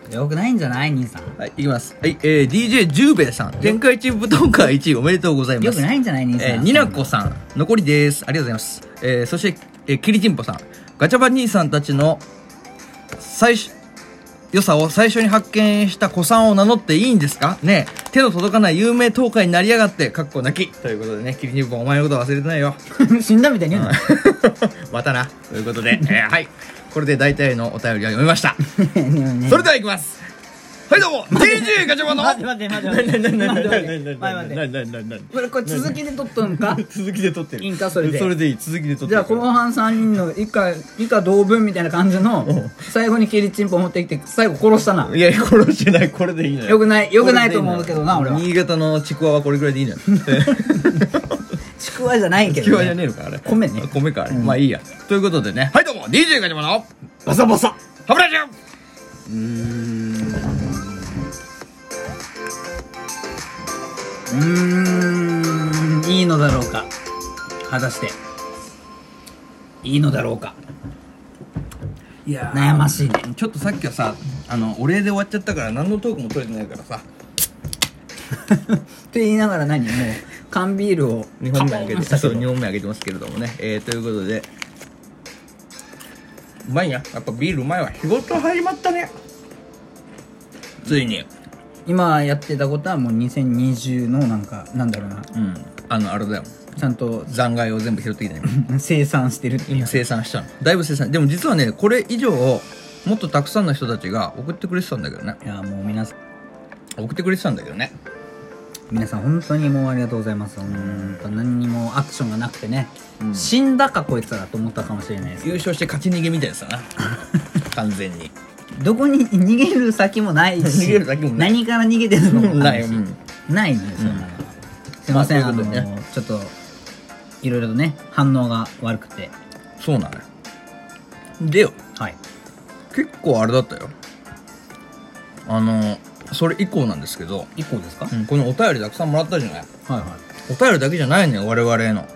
よくないんじゃない兄さん。 はい、いきます。はい、DJ ジューベイさん、天下一武道会1位おめでとうございます。 よくないんじゃない兄さん。 ニナコさん、残りです。ありがとうございます。そして、キリチンポさん、ガチャバ兄さんたちの良さを最初に発見した子さんを名乗っていいんですかね。手の届かない有名東海になりやがって、かっこ泣き。ということでね、キリチンポお前のこと忘れてないよ。 死んだみたいに言うの。 またな。ということで、はい。これで大体のお便りは読みました。それでは行きます。はいどうも DJ ガチャバの待ってこれ続きで撮っとんか。 続きで撮ってる。 いいんかそれで。 それでいい。続きで撮ってる。 じゃあ後半3人の以下同文みたいな感じの最後にキリチンポ持ってきて最後殺したな。 いや殺してない。これでいいのよ。 よくないと思うけどな俺は。 新潟のちくわはこれぐらいでいいのよ。 ちくわじゃないけど。 ちくわじゃねえのかあれ。 米ね。 米かあれ。まあいいや。ということでね。はいどうも DJ ガチャバのバサバサハブラジオ。 いいのだろうか。果たしていいのだろうか。 いや悩ましいね。 ちょっとさっきはさお礼で終わっちゃったから何のトークも取れてないからさって言いながら何もう缶ビールを 2本目あげてそう2本目あげてますけれどもね、ということでうまいな。やっぱビールうまいわ。仕事始まったねついに。 今やってたことはもう2020のなんだろうな、 あれだよ、 ちゃんと残骸を全部拾ってきたよ生産してるっていう。 今生産したの。だいぶ生産。でも実はねこれ以上もっとたくさんの人たちが送ってくれてたんだけどね。 いやもう皆さん送ってくれてたんだけどね。 皆さん本当にもうありがとうございます。何にもアクションがなくてね、死んだかこいつらと思ったかもしれないです。 優勝して勝ち逃げみたいなさな完全にどこに逃げる先もないし逃げる先もない。 何から逃げてるのもないしないのよそんなのは。すいません、ちょっといろいろとね反応が悪くて。 そうなのよ。でよ、 はい、 結構あれだったよ。それ以降なんですけど。 以降ですか？ このお便りたくさんもらったじゃない。 はいはい。 お便りだけじゃないのよ我々への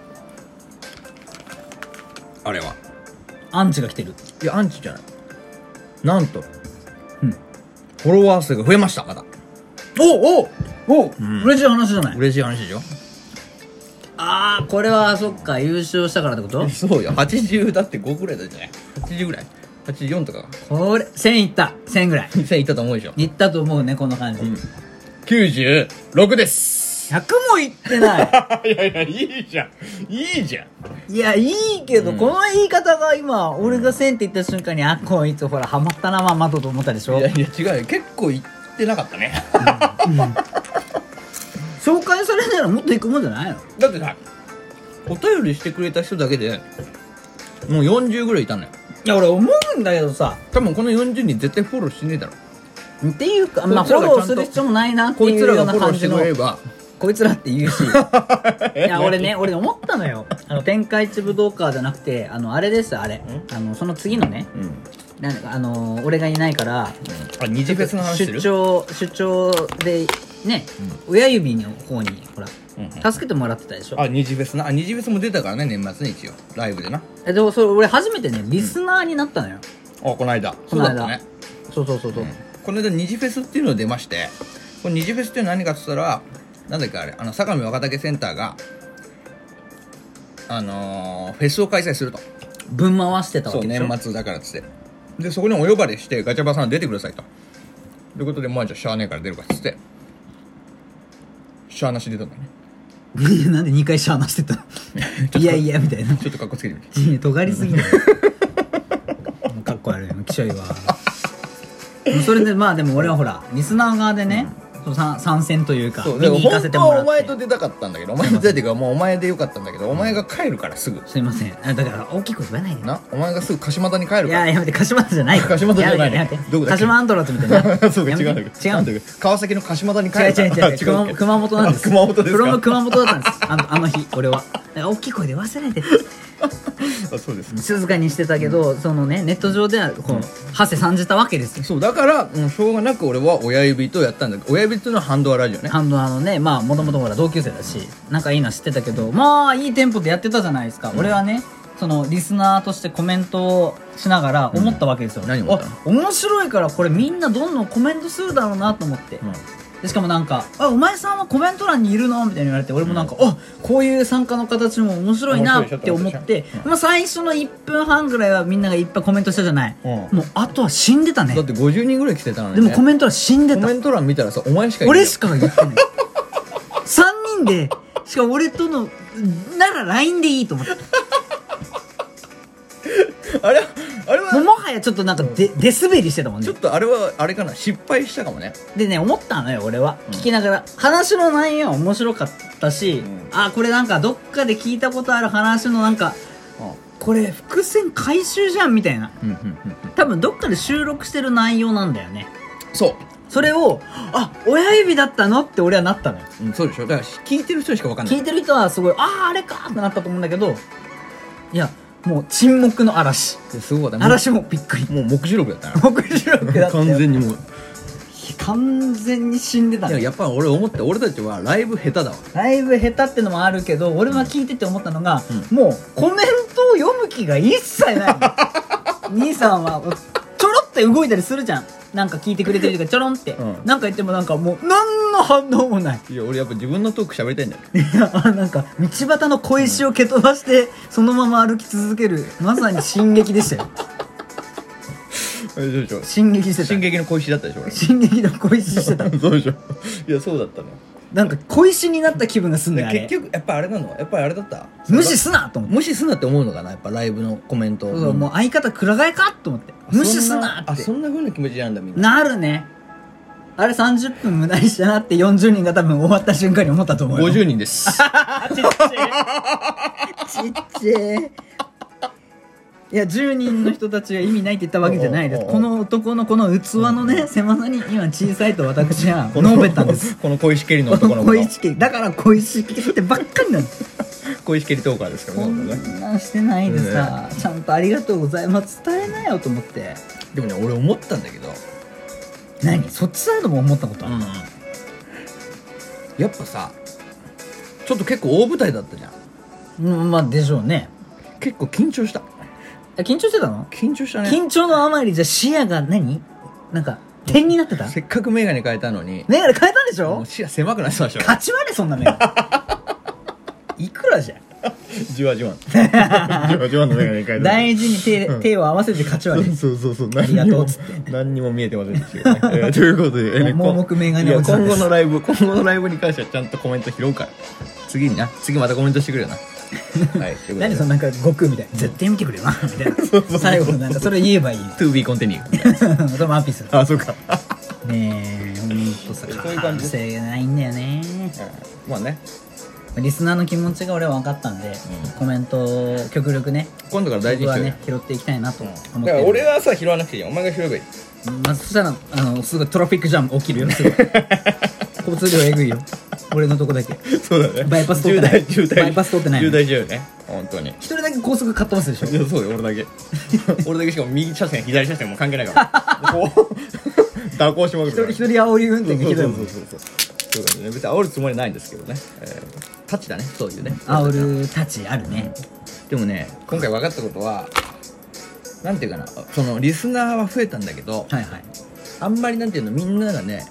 あれは。 アンチが来てる。 いやアンチじゃない。なんと、フォロワー数が増えました。またお嬉しい話じゃない。 嬉しい話でしょ。 ああこれはそっか優勝したからってこと？ そうよ。80だって5ぐらいだじゃない。80ぐらい84とか。 これ1000いった。1000ぐらい 1000いったと思うでしょ。 いったと思うねこの感じ。 96です。 100もいってないいやいやいいじゃんいいじゃん。 いやいいけど、この言い方が今俺が1000って言った瞬間にこいつほらハマったなまと思ったでしょ。 いやいや違うよ。結構いってなかったね紹介されたらもっといくもんじゃないの？ だってさお便りしてくれた人だけでもう40ぐらいいたのよ。 いや俺思うんだけどさ、 多分この40人絶対フォローしてねえだろっていうかフォローする必要もないなっていうような感じの。こいつらって言うしいや俺思ったのよ。天下一武道会じゃなくてあれですあれその次のね、俺がいないから二次フェスの話する？ 出張でね、親指の方にほら助けてもらってたでしょ。 二次フェスな。二次フェスも出たからね年末に一応ライブでな。 でもそれ俺初めてねリスナーになったのよ。 この間。そうだったね。 そうこの間二次フェスっていうのが出まして、この二次フェスっていうのは何かって言ったらなんだっけあれ相模若竹センターがフェスを開催すると。 分回してたわけでしょ。 そう年末だからっつって。でそこにお呼ばれしてガチャバさん出てくださいと。ということでまあじゃあしゃあねえから出るかっつってしゃあなし出たんだね。 なんで2回しゃあなしてたのいやいやみたいな。 ちょっとカッコつけてみて。 尖りすぎだよかっこ悪いのきしょいわそれでまあでも俺はほらリスナー側でね、参戦というか見に行かせてもらって。 本当はお前と出たかったんだけど、お前と出てかもうお前でよかったんだけど、お前が帰るからすぐ。 すいませんだから大きい声言わないでな。お前がすぐ鹿島田に帰るから。 いややめて鹿島田じゃない鹿島田じゃないの。 どこだっけ？鹿島アントラーズみたいなそうか違うんだけど。違うんだけど。川崎の鹿島田に帰るから。 違う熊本なんです。 熊本ですか。 フロム熊本だったんですあの日俺は。大きい声で忘れてそうですね。 静かにしてたけど、そのねネット上ではこうハセ参じたわけですよ。 そうだからもうしょうがなく俺は親指とやったんだけど、親指っていうのはハンドアラジオね。 ハンドアのねもともとほら同級生だし仲いいのは知ってたけど、まあいいテンポでやってたじゃないですか。俺はねそのリスナーとしてコメントをしながら思ったわけですよ、 何思ったの？ 面白いからこれみんなどんどんコメントするだろうなと思って、でしかもなんか「お前さんはコメント欄にいるの?」みたいに言われて、俺もなんか、こういう参加の形も面白いなって思って、最初の1分半ぐらいはみんながいっぱいコメントしたじゃない、もうあとは死んでたね。 だって50人ぐらい来てたのに、 でもコメント欄死んでた。 コメント欄見たらさ、お前しかいない。 俺しか言ってない3人で、しかも俺とのなら LINE でいいと思ってあれはもはやちょっとなんか出滑りしてたもんね。 ちょっとあれはあれかな、失敗したかもね。 でね、思ったのよ俺は、聞きながら話の内容は面白かったし、これなんかどっかで聞いたことある話のなんか、これ伏線回収じゃんみたいな、多分どっかで収録してる内容なんだよね。それを親指だったのって俺はなったのよ。 そうでしょ。だから聞いてる人しか分かんない。 聞いてる人はすごいあれかってなったと思うんだけど、いやもう沈黙の嵐。 すごい。 嵐もびっくり。 もう目次録だったな。 目次録だった。 完全にもう完全に死んでたね。 やっぱ俺思った、俺たちはライブ下手だわ。 ライブ下手ってのもあるけど、俺は聞いてて思ったのが、もうコメントを読む気が一切ない兄さんはちょろって動いたりするじゃん。なんか聞いてくれてるとかちょろんって、なんか言ってもなんかもう何の反応もない。 いや俺やっぱ自分のトーク喋りたいんだよ。 いやなんか道端の小石を蹴飛ばしてそのまま歩き続ける、まさに進撃でしたよ進撃してた。 進撃の小石だったでしょ俺。 進撃の小石してたそうでしょ。いやそうだったの。 なんか小石になった気分がすんだよあれ。 結局やっぱあれなの、やっぱりあれだった。 無視すなと思って。 無視すなって思うのかな、やっぱライブのコメント。 そうもう相方くら替えかと思って、無視すなって。 そんな風な気持ちなんだみんな。 なるね。あれ30分無駄にしたなって40人が多分終わった瞬間に思ったと思うよ。 50人ですちっちゃいいや10人の人たちが意味ないって言ったわけじゃないです。この男のこの器のね狭さに今小さいと私は述べたんですこの小石蹴りの男の子小石蹴りだから小石蹴りってばっかりなんです小石蹴りトーカーですからね。 こんなんしてないでさ、ちゃんとありがとうございます伝えなよと思って。 でもね俺思ったんだけど。 何そっちサイドも思ったことある、 やっぱさちょっと結構大舞台だったじゃん。 まあでしょうね。 結構緊張した。 緊張してたの？ 緊張したね。 緊張のあまりじゃ視野がなんか点になってた？ せっかくメガネ変えたのに。 メガネ変えたんでしょ？ もう視野狭くなってたでしょ。 勝ち割れそんなメガネいくらじゃんじわじわじわじわのメガネ変えた。 大事に手を合わせて勝ち割れ。 そうありがとうっつって何にも見えてませんでしたけどねということで盲目メガネおじさんです。 今後のライブに関してはちゃんとコメント拾うから次またコメントしてくれよなはい、 何そのなんか悟空みたいな絶対見てくれよなみたいな最後のなんかそれ言えばいい To be continue それもアピーする。 あ、そうかねえほんとさそういう感じ反省がないんだよね。 まあねリスナーの気持ちが俺は分かったんで、コメントを極力ね今度から大事にしようよ。 拾っていきたいなと思ってる。 だから俺はさ拾わなくていいよ。お前が拾えばいい。 まあ、そしたらすごいトラフィックジャム起きるよすぐ交通量えぐいよ俺のとこだけ。 そうだね。 バイパス通ってない。 渋滞バイパス通ってない。 渋滞しちゃうよね本当に。 一人だけ高速かっ飛ばすでしょ。 いやそうよ俺だけ俺だけしかも右車線左車線も関係ないからこう蛇行しまくるから。 一人煽り運転がひどいもん。 そうだね。別に煽るつもりないんですけどね。タッチだね。そういうね。 煽るタチあるね。 でもね今回分かったことはなんていうかな、そのリスナーは増えたんだけど、 はいはい、 あんまりなんていうのみんながね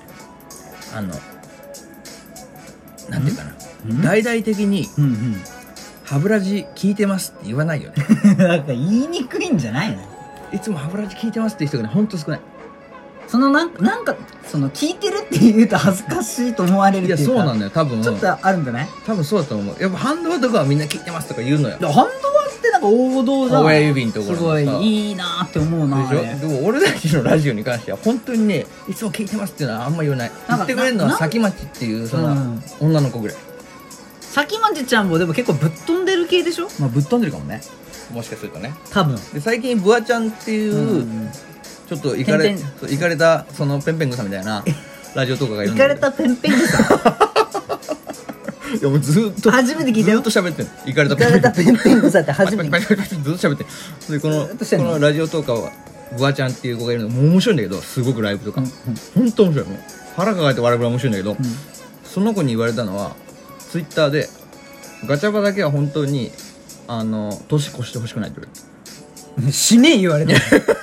なんていうかな、大々的に歯ブラシ聞いてますって言わないよねなんか言いにくいんじゃないの？ いつも歯ブラシ聞いてますっていう人がねほんと少ない。 そのなんかその聞いてるって言うと恥ずかしいと思われるっていうか。 いやそうなんだよ多分。 ちょっとあるんじゃない？ 多分そうだと思う。やっぱハンドワとかはみんな聞いてますとか言うのよ。 ハンドワってなんか王道じゃん。 親指のところすごいいいなーって思うな。 でしょ。でも俺たちのラジオに関しては本当にねいつも聞いてますっていうのはあんま言わない。言ってくれるのは先町っていうその女の子ぐらい。 先町ちゃんもでも結構ぶっ飛んでる系でしょ。 まあぶっ飛んでるかもねもしかするとね。 多分で最近ブアちゃんっていうちょっとイカれたそのペンペングさんみたいなラジオとかがいるんだけど。 イカれたペンペングさんいやもうずっと初めて聞いたよ。 ずっと喋ってんの。イカれたペンペングさんって初めてずっと喋ってんでこのラジオとかはブアちゃんっていう子がいるのもう面白いんだけどすごくライブとか本当面白い。もう腹抱えて笑うぐらい面白いんだけど、その子に言われたのはツイッターでガチャバだけは本当に年越してほしくないって死ね言われてい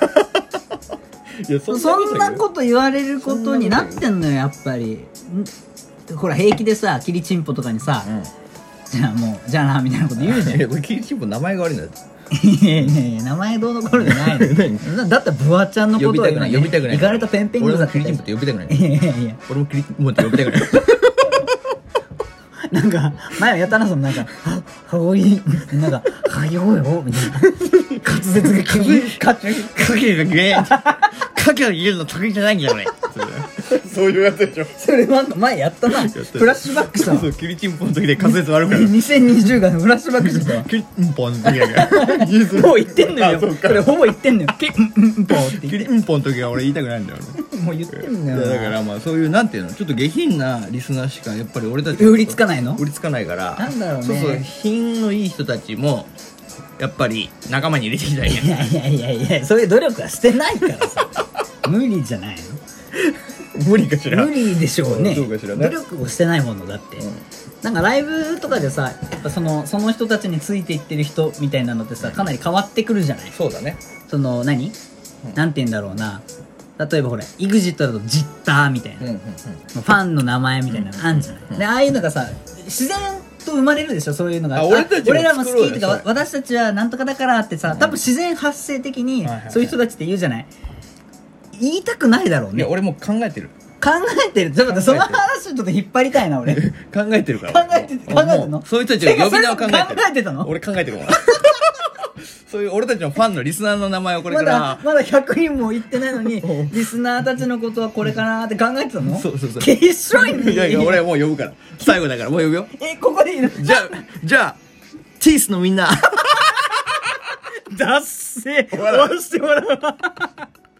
やそんなこと言われることになってんのよやっぱり。ほら平気でさキリチンポとかにさ、じゃあもうじゃあなみたいなこと言うじゃん。 いやこれキリチンポ名前が悪いんだよ。 いやいや名前どうのころじゃないのだってブワちゃんのことを呼びたくないイカれたペンペングザ俺もキリチンポって呼びたくない。 いやいやいや俺もキリチンポって呼びたくないなんか前はやったなそのなんかはおいなんかはよよみたいな滑舌が影がね影を入れるの得意じゃないんだよねそういうやつでしょ。 それなんか前やったなフラッシュバックしたわ。 そうキリチンポの時で滑舌悪くなる 2020がフラッシュバックしてたわ。 キリチンポの時だからもう言ってんのよ。これほぼ言ってんのよ。キリンポンってキリンポの時は俺言いたくないんだよもう言ってんのよ。 だからまあそういうなんていうのちょっと下品なリスナーしかやっぱり俺たち売りつかないの？ 売りつかないからなんだろうね。 そうそう品のいい人たちもやっぱり仲間に入れていきたいね。 いやいやいやいやそういう努力はしてないからさ無理じゃないの？ 無理かしら。 無理でしょうね。 どうかしらね。 努力をしてないものだって、なんかライブとかでさやっぱその人たちについていってる人みたいなのってさかなり変わってくるじゃない。 そうだね。 その何、なんて言うんだろうな、例えばほら EXIT だとジッターみたいな、ファンの名前みたいなのあんじゃない、でああいうのがさ自然と生まれるでしょ。そういうのが俺らも好きっていうか私たちはなんとかだからってさ、多分自然発生的にそういう人たちって言うじゃない。言いたくないだろうね。 いや俺も考えてる。 考えてる。ちょっとその話ちょっと引っ張りたいな俺。 考えてるから。 考えてるの？ そういう人たちの呼び名を考えてる。 考えてたの？ 俺考えてるもん。そういう俺たちのファンのリスナーの名前をこれからまだ100人も言ってないのにリスナーたちのことはこれかなって考えてたの？ そうそうそう。 きっしょいね。 いやいや俺はもう呼ぶから最後だからもう呼ぶよ。 ここでいいの？ じゃあティースのみんなだっせー終わらせてもらう